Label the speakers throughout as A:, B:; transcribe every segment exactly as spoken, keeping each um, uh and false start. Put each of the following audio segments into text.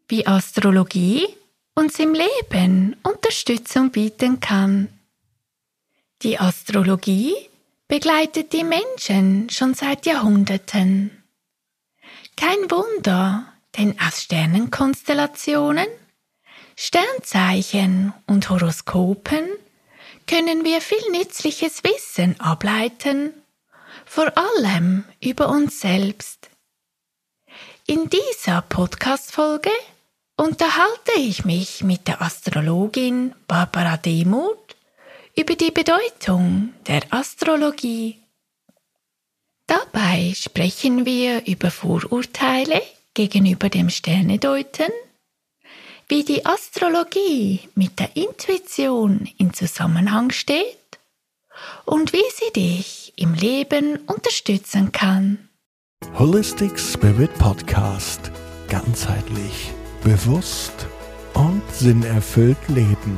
A: wie Astrologie uns im Leben Unterstützung bieten kann. Die Astrologie begleitet die Menschen schon seit Jahrhunderten. Kein Wunder, denn aus Sternenkonstellationen, Sternzeichen und Horoskopen können wir viel nützliches Wissen ableiten, vor allem über uns selbst. In dieser Podcast-Folge unterhalte ich mich mit der Astrologin Barbara Demuth über die Bedeutung der Astrologie. Dabei sprechen wir über Vorurteile gegenüber dem Sternedeuten, wie die Astrologie mit der Intuition in Zusammenhang steht und wie sie dich im Leben unterstützen kann.
B: Holistic Spirit Podcast. Ganzheitlich, bewusst und sinnerfüllt leben.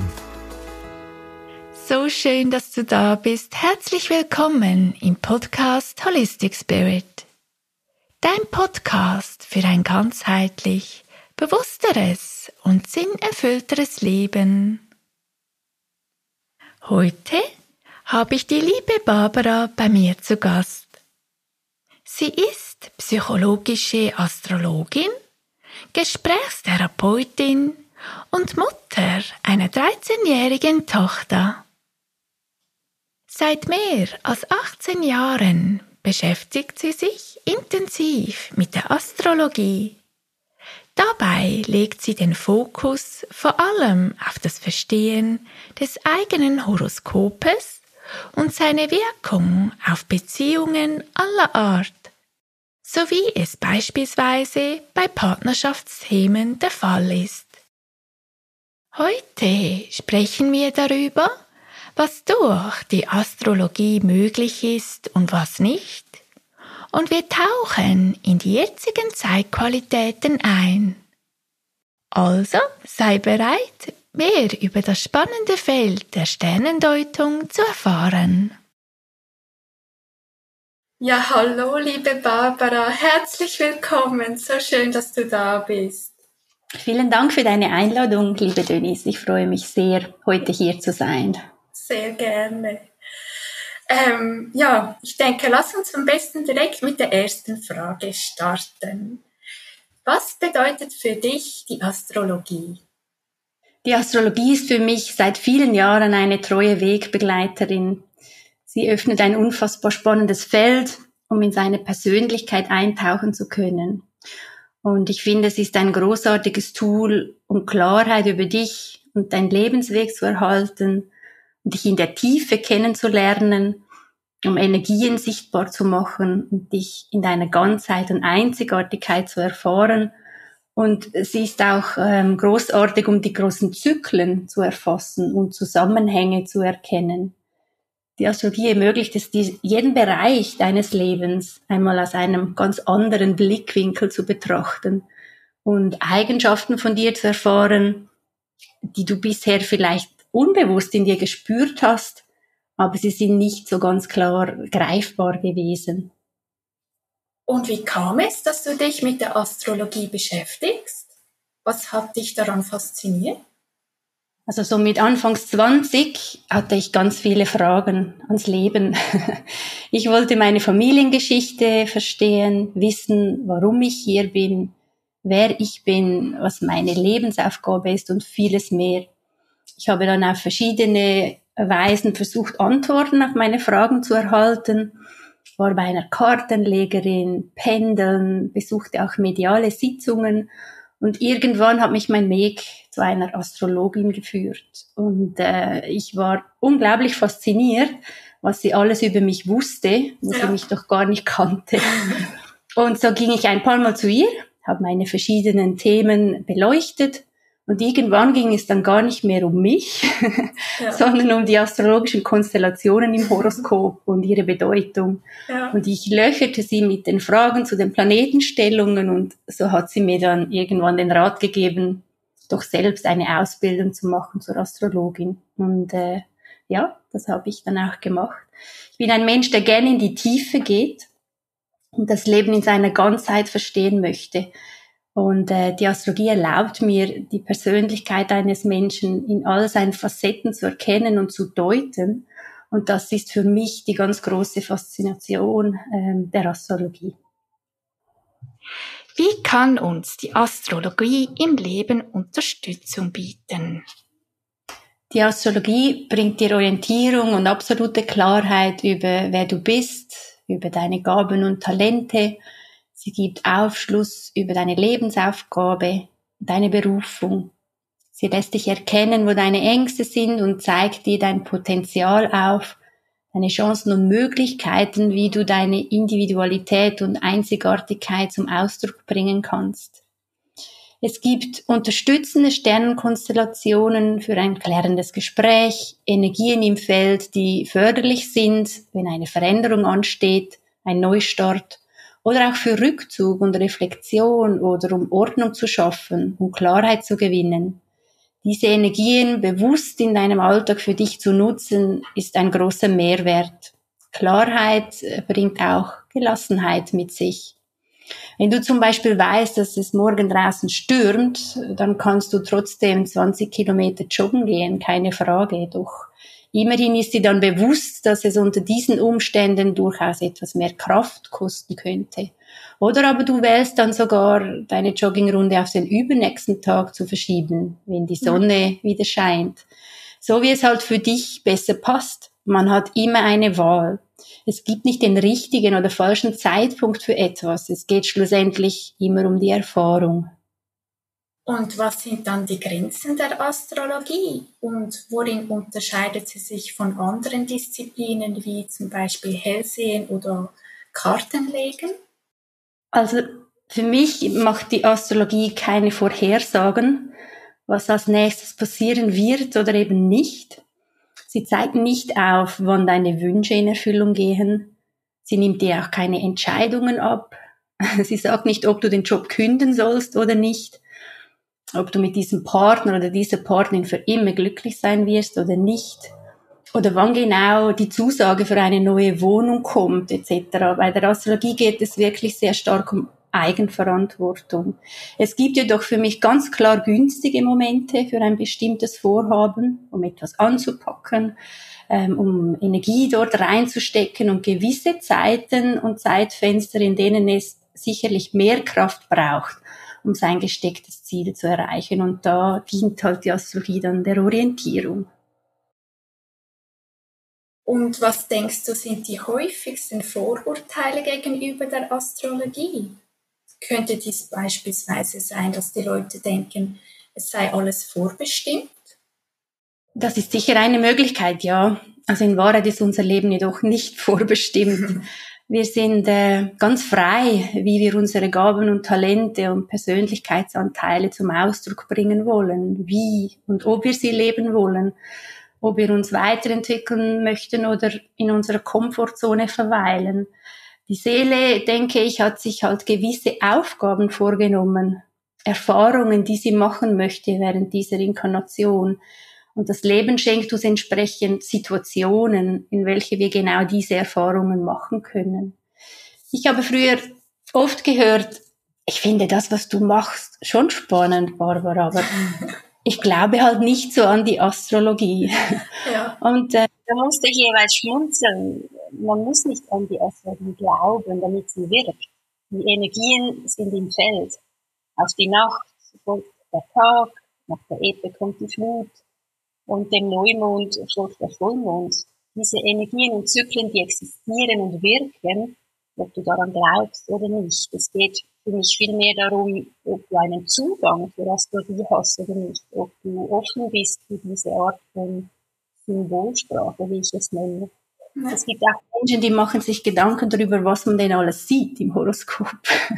A: So schön, dass du da bist. Herzlich willkommen im Podcast Holistic Spirit. Dein Podcast für ein ganzheitlich, bewussteres und sinnerfüllteres Leben. Heute habe ich die liebe Barbara bei mir zu Gast. Sie ist psychologische Astrologin, Gesprächstherapeutin und Mutter einer dreizehnjährigen Tochter. Seit mehr als achtzehn Jahren beschäftigt sie sich intensiv mit der Astrologie. Dabei legt sie den Fokus vor allem auf das Verstehen des eigenen Horoskopes und seine Wirkung auf Beziehungen aller Art, so wie es beispielsweise bei Partnerschaftsthemen der Fall ist. Heute sprechen wir darüber, was durch die Astrologie möglich ist und was nicht, und wir tauchen in die jetzigen Zeitqualitäten ein. Also sei bereit, mehr über das spannende Feld der Sternendeutung zu erfahren. Ja, hallo liebe Barbara, herzlich willkommen, so schön, dass du da bist.
C: Vielen Dank für deine Einladung, liebe Denise. Ich freue mich sehr, heute hier zu sein.
A: Sehr gerne. Ähm, ja, ich denke, lass uns am besten direkt mit der ersten Frage starten. Was bedeutet für dich die Astrologie?
C: Die Astrologie ist für mich seit vielen Jahren eine treue Wegbegleiterin. Sie öffnet ein unfassbar spannendes Feld, um in seine Persönlichkeit eintauchen zu können. Und ich finde, es ist ein großartiges Tool, um Klarheit über dich und deinen Lebensweg zu erhalten und dich in der Tiefe kennenzulernen, um Energien sichtbar zu machen und dich in deiner Ganzheit und Einzigartigkeit zu erfahren. Und sie ist auch ähm, großartig, um die großen Zyklen zu erfassen und Zusammenhänge zu erkennen. Die Astrologie ermöglicht es, die, jeden Bereich deines Lebens einmal aus einem ganz anderen Blickwinkel zu betrachten und Eigenschaften von dir zu erfahren, die du bisher vielleicht unbewusst in dir gespürt hast, aber sie sind nicht so ganz klar greifbar gewesen.
A: Und wie kam es, dass du dich mit der Astrologie beschäftigst? Was hat dich daran fasziniert?
C: Also so mit Anfangs zwanzig hatte ich ganz viele Fragen ans Leben. Ich wollte meine Familiengeschichte verstehen, wissen, warum ich hier bin, wer ich bin, was meine Lebensaufgabe ist und vieles mehr. Ich habe dann auf verschiedene Weisen versucht, Antworten auf meine Fragen zu erhalten. Ich war bei einer Kartenlegerin, pendeln, besuchte auch mediale Sitzungen und irgendwann hat mich mein Weg zu einer Astrologin geführt. Und äh, ich war unglaublich fasziniert, was sie alles über mich wusste, wo ja. sie mich doch gar nicht kannte. Und so ging ich ein paar Mal zu ihr, habe meine verschiedenen Themen beleuchtet. Und irgendwann ging es dann gar nicht mehr um mich, ja. sondern um die astrologischen Konstellationen im Horoskop und ihre Bedeutung. Ja. Und ich löcherte sie mit den Fragen zu den Planetenstellungen und so hat sie mir dann irgendwann den Rat gegeben, doch selbst eine Ausbildung zu machen zur Astrologin. Und äh, ja, das habe ich dann auch gemacht. Ich bin ein Mensch, der gerne in die Tiefe geht und das Leben in seiner Ganzheit verstehen möchte. Und äh, die Astrologie erlaubt mir, die Persönlichkeit eines Menschen in all seinen Facetten zu erkennen und zu deuten. Und das ist für mich die ganz große Faszination ähm, der Astrologie.
A: Wie kann uns die Astrologie im Leben Unterstützung bieten?
C: Die Astrologie bringt dir Orientierung und absolute Klarheit über wer du bist, über deine Gaben und Talente. Sie gibt Aufschluss über deine Lebensaufgabe, deine Berufung. Sie lässt dich erkennen, wo deine Ängste sind und zeigt dir dein Potenzial auf, deine Chancen und Möglichkeiten, wie du deine Individualität und Einzigartigkeit zum Ausdruck bringen kannst. Es gibt unterstützende Sternenkonstellationen für ein klärendes Gespräch, Energien im Feld, die förderlich sind, wenn eine Veränderung ansteht, ein Neustart, oder auch für Rückzug und Reflexion oder um Ordnung zu schaffen, um Klarheit zu gewinnen. Diese Energien bewusst in deinem Alltag für dich zu nutzen, ist ein großer Mehrwert. Klarheit bringt auch Gelassenheit mit sich. Wenn du zum Beispiel weißt, dass es morgen draußen stürmt, dann kannst du trotzdem zwanzig Kilometer joggen gehen, keine Frage. Doch immerhin ist dir dann bewusst, dass es unter diesen Umständen durchaus etwas mehr Kraft kosten könnte. Oder aber du wählst dann sogar, deine Joggingrunde auf den übernächsten Tag zu verschieben, wenn die Sonne wieder scheint. So wie es halt für dich besser passt. Man hat immer eine Wahl. Es gibt nicht den richtigen oder falschen Zeitpunkt für etwas. Es geht schlussendlich immer um die Erfahrung.
A: Und was sind dann die Grenzen der Astrologie? Und worin unterscheidet sie sich von anderen Disziplinen, wie zum Beispiel Hellsehen oder Kartenlegen?
C: Also für mich macht die Astrologie keine Vorhersagen, was als nächstes passieren wird oder eben nicht. Sie zeigt nicht auf, wann deine Wünsche in Erfüllung gehen. Sie nimmt dir auch keine Entscheidungen ab. Sie sagt nicht, ob du den Job kündigen sollst oder nicht, ob du mit diesem Partner oder dieser Partnerin für immer glücklich sein wirst oder nicht, oder wann genau die Zusage für eine neue Wohnung kommt et cetera. Bei der Astrologie geht es wirklich sehr stark um Eigenverantwortung. Es gibt jedoch für mich ganz klar günstige Momente für ein bestimmtes Vorhaben, um etwas anzupacken, ähm, um Energie dort reinzustecken und gewisse Zeiten und Zeitfenster, in denen es sicherlich mehr Kraft braucht, um sein gestecktes Ziel zu erreichen. Und da dient halt die Astrologie dann der Orientierung.
A: Und was denkst du, sind die häufigsten Vorurteile gegenüber der Astrologie? Könnte dies beispielsweise sein, dass die Leute denken, es sei alles vorbestimmt?
C: Das ist sicher eine Möglichkeit, ja. Also in Wahrheit ist unser Leben jedoch nicht vorbestimmt. Wir sind äh, ganz frei, wie wir unsere Gaben und Talente und Persönlichkeitsanteile zum Ausdruck bringen wollen, wie und ob wir sie leben wollen, ob wir uns weiterentwickeln möchten oder in unserer Komfortzone verweilen. Die Seele, denke ich, hat sich halt gewisse Aufgaben vorgenommen, Erfahrungen, die sie machen möchte während dieser Inkarnation. Und das Leben schenkt uns entsprechend Situationen, in welche wir genau diese Erfahrungen machen können. Ich habe früher oft gehört, ich finde das, was du machst, schon spannend, Barbara, aber ich glaube halt nicht so an die Astrologie.
A: Ja.
C: Und äh, da musste ich jeweils schmunzeln. Man muss nicht an die Astrologie glauben, damit sie wirkt. Die Energien sind im Feld. Auf die Nacht folgt der Tag, nach der Ebbe kommt die Flut. Und dem Neumond folgt der Vollmond. Diese Energien und Zyklen, die existieren und wirken, ob du daran glaubst oder nicht. Es geht für mich viel mehr darum, ob du einen Zugang für Astrologie hast oder nicht, ob du offen bist für diese Art von Symbolsprache, wie ich es nenne. Ja. Es gibt auch Menschen, die machen sich Gedanken darüber, was man denn alles sieht im Horoskop.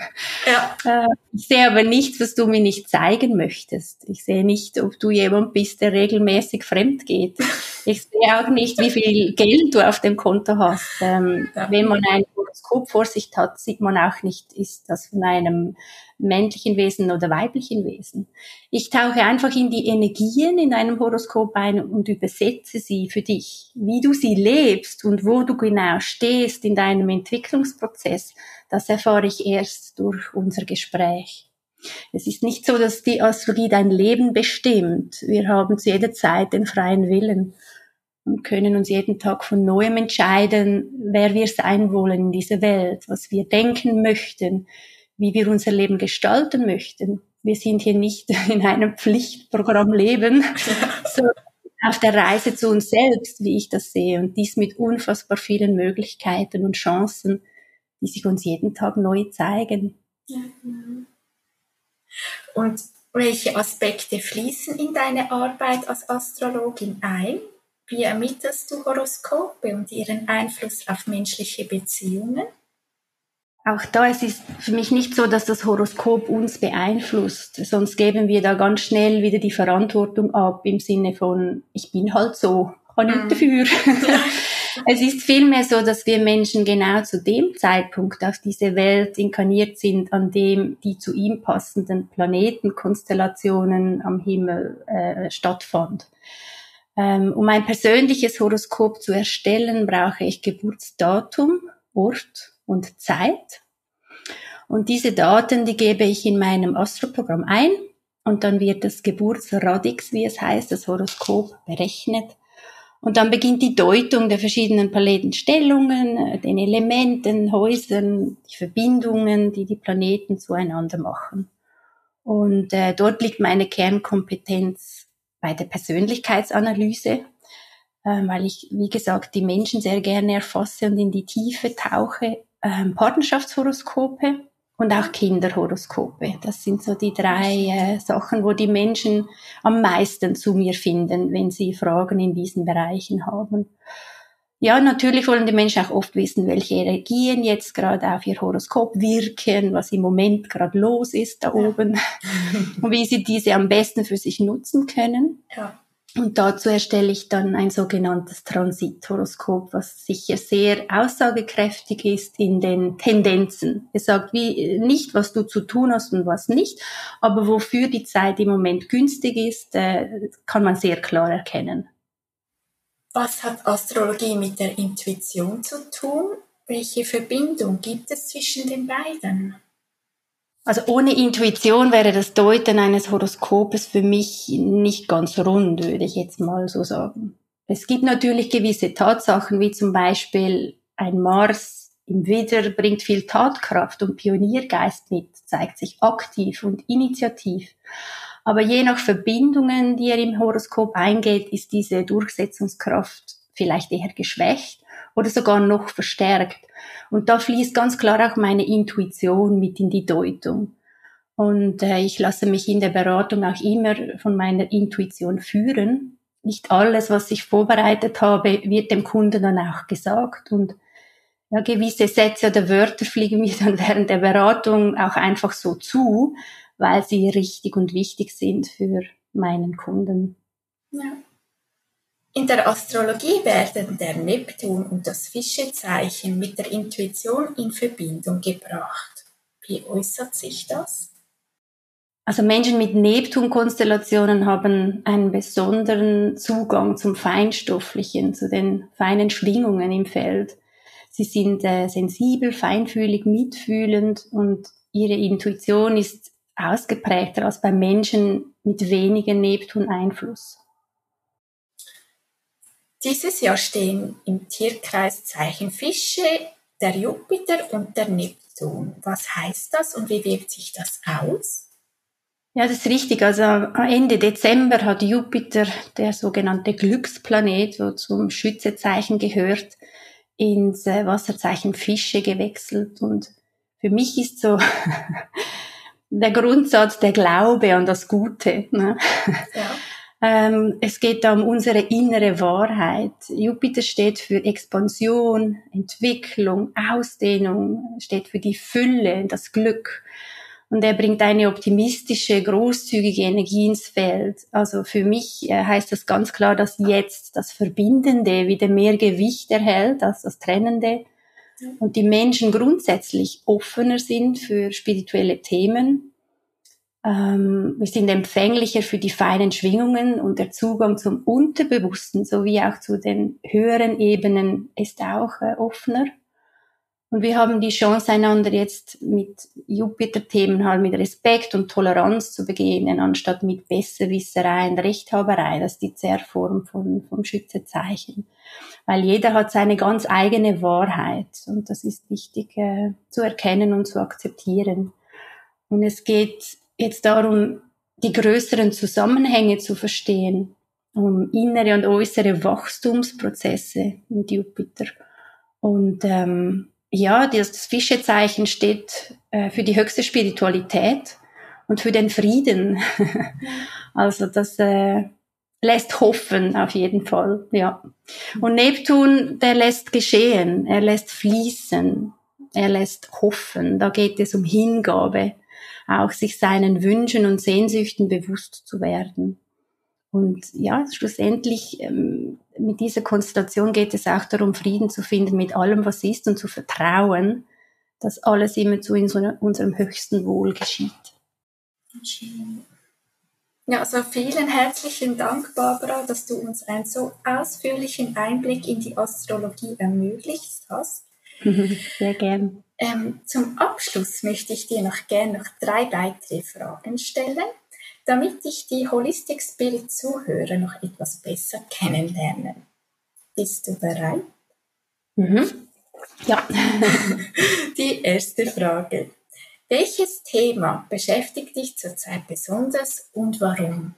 C: Ja. Ich sehe aber nichts, was du mir nicht zeigen möchtest. Ich sehe nicht, ob du jemand bist, der regelmäßig fremd geht. Ich sehe auch nicht, wie viel Geld du auf dem Konto hast. Ähm, ja. Wenn man ein Horoskop vor sich hat, sieht man auch nicht, ist das von einem männlichen Wesen oder weiblichen Wesen. Ich tauche einfach in die Energien in einem Horoskop ein und übersetze sie für dich. Wie du sie lebst und wo du genau stehst in deinem Entwicklungsprozess, das erfahre ich erst durch unser Gespräch. Es ist nicht so, dass die Astrologie dein Leben bestimmt. Wir haben zu jeder Zeit den freien Willen und können uns jeden Tag von Neuem entscheiden, wer wir sein wollen in dieser Welt, was wir denken möchten, wie wir unser Leben gestalten möchten. Wir sind hier nicht in einem Pflichtprogramm leben, sondern auf der Reise zu uns selbst, wie ich das sehe, und dies mit unfassbar vielen Möglichkeiten und Chancen, die sich uns jeden Tag neu zeigen.
A: Ja, genau. Und welche Aspekte fließen in deine Arbeit als Astrologin ein? Wie ermittelst du Horoskope und ihren Einfluss auf menschliche Beziehungen?
C: Auch da, es ist für mich nicht so, dass das Horoskop uns beeinflusst, sonst geben wir da ganz schnell wieder die Verantwortung ab im Sinne von, ich bin halt so, kann nichts dafür. Es ist vielmehr so, dass wir Menschen genau zu dem Zeitpunkt auf diese Welt inkarniert sind, an dem die zu ihm passenden Planetenkonstellationen am Himmel äh, stattfand. Ähm, um ein persönliches Horoskop zu erstellen, brauche ich Geburtsdatum, Ort und Zeit. Und diese Daten, die gebe ich in meinem Astroprogramm ein und dann wird das Geburtsradix, wie es heißt, das Horoskop berechnet. Und dann beginnt die Deutung der verschiedenen Planetenstellungen, den Elementen, Häusern, die Verbindungen, die die Planeten zueinander machen. Und äh, dort liegt meine Kernkompetenz bei der Persönlichkeitsanalyse, äh, weil ich, wie gesagt, die Menschen sehr gerne erfasse und in die Tiefe tauche. Ähm, Partnerschaftshoroskope und auch Kinderhoroskope. Das sind so die drei äh, Sachen, wo die Menschen am meisten zu mir finden, wenn sie Fragen in diesen Bereichen haben. Ja, natürlich wollen die Menschen auch oft wissen, welche Energien jetzt gerade auf ihr Horoskop wirken, was im Moment gerade los ist da oben und wie sie diese am besten für sich nutzen können. Ja. Und dazu erstelle ich dann ein sogenanntes Transithoroskop, was sicher sehr aussagekräftig ist in den Tendenzen. Es sagt wie nicht, was du zu tun hast und was nicht, aber wofür die Zeit im Moment günstig ist, äh, kann man sehr klar erkennen.
A: Was hat Astrologie mit der Intuition zu tun? Welche Verbindung gibt es zwischen den beiden?
C: Also ohne Intuition wäre das Deuten eines Horoskopes für mich nicht ganz rund, würde ich jetzt mal so sagen. Es gibt natürlich gewisse Tatsachen, wie zum Beispiel ein Mars im Widder bringt viel Tatkraft und Pioniergeist mit, zeigt sich aktiv und initiativ. Aber je nach Verbindungen, die er im Horoskop eingeht, ist diese Durchsetzungskraft vielleicht eher geschwächt oder sogar noch verstärkt. Und da fließt ganz klar auch meine Intuition mit in die Deutung. Und äh, ich lasse mich in der Beratung auch immer von meiner Intuition führen. Nicht alles, was ich vorbereitet habe, wird dem Kunden dann auch gesagt. Und ja, gewisse Sätze oder Wörter fliegen mir dann während der Beratung auch einfach so zu, weil sie richtig und wichtig sind für meinen Kunden.
A: Ja. In der Astrologie werden der Neptun und das Fischezeichen mit der Intuition in Verbindung gebracht. Wie äußert sich das?
C: Also Menschen mit Neptun-Konstellationen haben einen besonderen Zugang zum Feinstofflichen, zu den feinen Schwingungen im Feld. Sie sind äh, sensibel, feinfühlig, mitfühlend und ihre Intuition ist ausgeprägter als bei Menschen mit weniger Neptun-Einfluss.
A: Dieses Jahr stehen im Tierkreiszeichen Fische der Jupiter und der Neptun. Was heißt das und wie wirkt sich das aus?
C: Ja, das ist richtig. Also Ende Dezember hat Jupiter, der sogenannte Glücksplanet, wo zum Schützezeichen gehört, ins Wasserzeichen Fische gewechselt. Und für mich ist so der Grundsatz der Glaube an das Gute. Ne? Ja. Ähm, es geht da um unsere innere Wahrheit. Jupiter steht für Expansion, Entwicklung, Ausdehnung, steht für die Fülle, das Glück. Und er bringt eine optimistische, großzügige Energie ins Feld. Also für mich äh, heißt das ganz klar, dass jetzt das Verbindende wieder mehr Gewicht erhält als das Trennende. Und die Menschen grundsätzlich offener sind für spirituelle Themen. Ähm, wir sind empfänglicher für die feinen Schwingungen und der Zugang zum Unterbewussten sowie auch zu den höheren Ebenen ist auch äh, offener. Und wir haben die Chance, einander jetzt mit Jupiter-Themen halt mit Respekt und Toleranz zu begegnen, anstatt mit Besserwisserei und Rechthaberei. Das ist die Zerrform von, vom Schützezeichen. Weil jeder hat seine ganz eigene Wahrheit. Und das ist wichtig äh, zu erkennen und zu akzeptieren. Und es geht jetzt darum, die größeren Zusammenhänge zu verstehen, um innere und äußere Wachstumsprozesse mit Jupiter. Und ähm, ja, das Fischezeichen steht äh, für die höchste Spiritualität und für den Frieden. Also das äh, lässt hoffen auf jeden Fall, ja. Und Neptun, der lässt geschehen, er lässt fließen, er lässt hoffen. Da geht es um Hingabe, auch sich seinen Wünschen und Sehnsüchten bewusst zu werden. Und ja, schlussendlich ähm, mit dieser Konstellation geht es auch darum, Frieden zu finden mit allem, was ist und zu vertrauen, dass alles immer zu unserem höchsten Wohl geschieht.
A: Ja, also vielen herzlichen Dank, Barbara, dass du uns einen so ausführlichen Einblick in die Astrologie ermöglicht hast.
C: Sehr gern.
A: Ähm, zum Abschluss möchte ich dir noch gerne noch drei weitere Fragen stellen, damit ich die Holistic Spirit Zuhörer noch etwas besser kennenlernen. Bist du bereit?
C: Mhm. Ja.
A: Die erste Frage. Welches Thema beschäftigt dich zurzeit besonders und warum?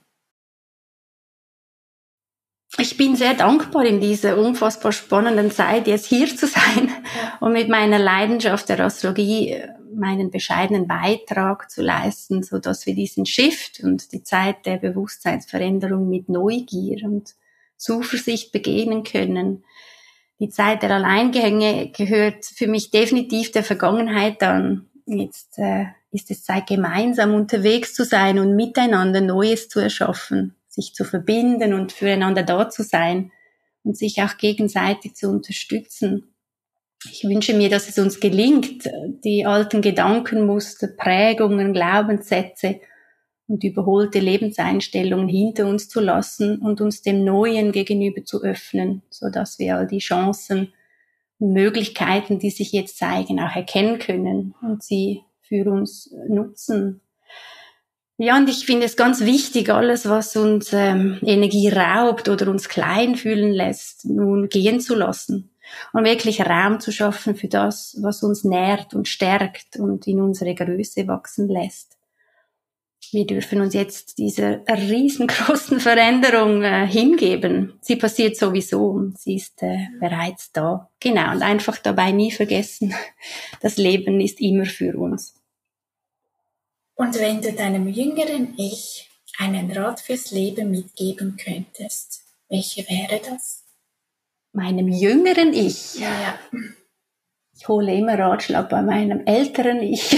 C: Ich bin sehr dankbar, in dieser unfassbar spannenden Zeit jetzt hier zu sein und mit meiner Leidenschaft der Astrologie meinen bescheidenen Beitrag zu leisten, so dass wir diesen Shift und die Zeit der Bewusstseinsveränderung mit Neugier und Zuversicht begegnen können. Die Zeit der Alleingänge gehört für mich definitiv der Vergangenheit an. Jetzt äh, ist es Zeit, gemeinsam unterwegs zu sein und miteinander Neues zu erschaffen, sich zu verbinden und füreinander da zu sein und sich auch gegenseitig zu unterstützen. Ich wünsche mir, dass es uns gelingt, die alten Gedankenmuster, Prägungen, Glaubenssätze und überholte Lebenseinstellungen hinter uns zu lassen und uns dem Neuen gegenüber zu öffnen, so dass wir all die Chancen und Möglichkeiten, die sich jetzt zeigen, auch erkennen können und sie für uns nutzen. Ja, und ich finde es ganz wichtig, alles, was uns ähm, Energie raubt oder uns klein fühlen lässt, nun gehen zu lassen und wirklich Raum zu schaffen für das, was uns nährt und stärkt und in unsere Größe wachsen lässt. Wir dürfen uns jetzt dieser riesengroßen Veränderung äh, hingeben. Sie passiert sowieso, sie ist äh, bereits da. Genau, und einfach dabei nie vergessen, das Leben ist immer für uns.
A: Und wenn du deinem jüngeren Ich einen Rat fürs Leben mitgeben könntest, welche wäre das?
C: Meinem jüngeren Ich?
A: Ja, ja.
C: Ich hole immer Ratschlag bei meinem älteren Ich.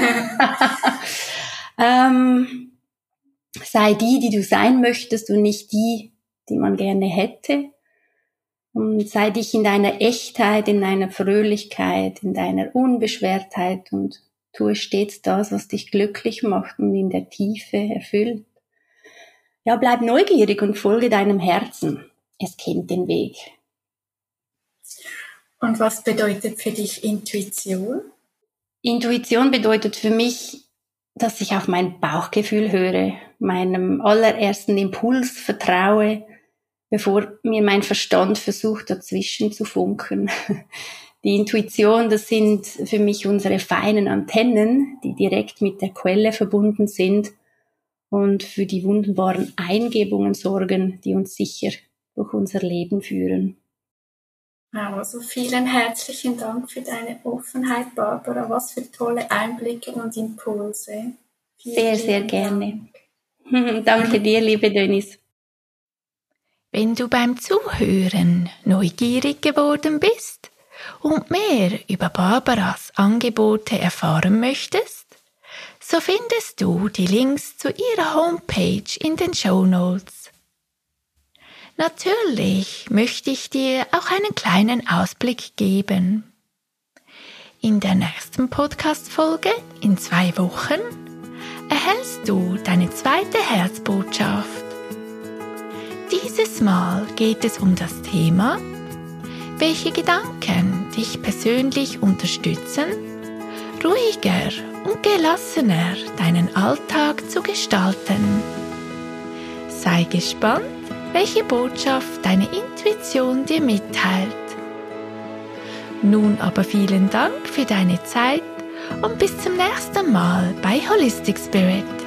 C: ähm, sei die, die du sein möchtest und nicht die, die man gerne hätte. Und sei dich in deiner Echtheit, in deiner Fröhlichkeit, in deiner Unbeschwertheit und tue stets das, was dich glücklich macht und in der Tiefe erfüllt. Ja, bleib neugierig und folge deinem Herzen. Es kennt den Weg.
A: Und was bedeutet für dich Intuition?
C: Intuition bedeutet für mich, dass ich auf mein Bauchgefühl höre, meinem allerersten Impuls vertraue, bevor mir mein Verstand versucht, dazwischen zu funken. Die Intuition, das sind für mich unsere feinen Antennen, die direkt mit der Quelle verbunden sind und für die wunderbaren Eingebungen sorgen, die uns sicher durch unser Leben führen.
A: Also vielen herzlichen Dank für deine Offenheit, Barbara. Was für tolle Einblicke und Impulse. Vielen
C: sehr, sehr gerne. Danke dir, liebe Denise.
A: Wenn du beim Zuhören neugierig geworden bist und mehr über Barbaras Angebote erfahren möchtest, so findest du die Links zu ihrer Homepage in den Shownotes. Natürlich möchte ich dir auch einen kleinen Ausblick geben. In der nächsten Podcast-Folge in zwei Wochen erhältst du deine zweite Herzbotschaft. Dieses Mal geht es um das Thema, welche Gedanken dich persönlich unterstützen, ruhiger und gelassener deinen Alltag zu gestalten. Sei gespannt, welche Botschaft deine Intuition dir mitteilt. Nun aber vielen Dank für deine Zeit und bis zum nächsten Mal bei Holistic Spirit.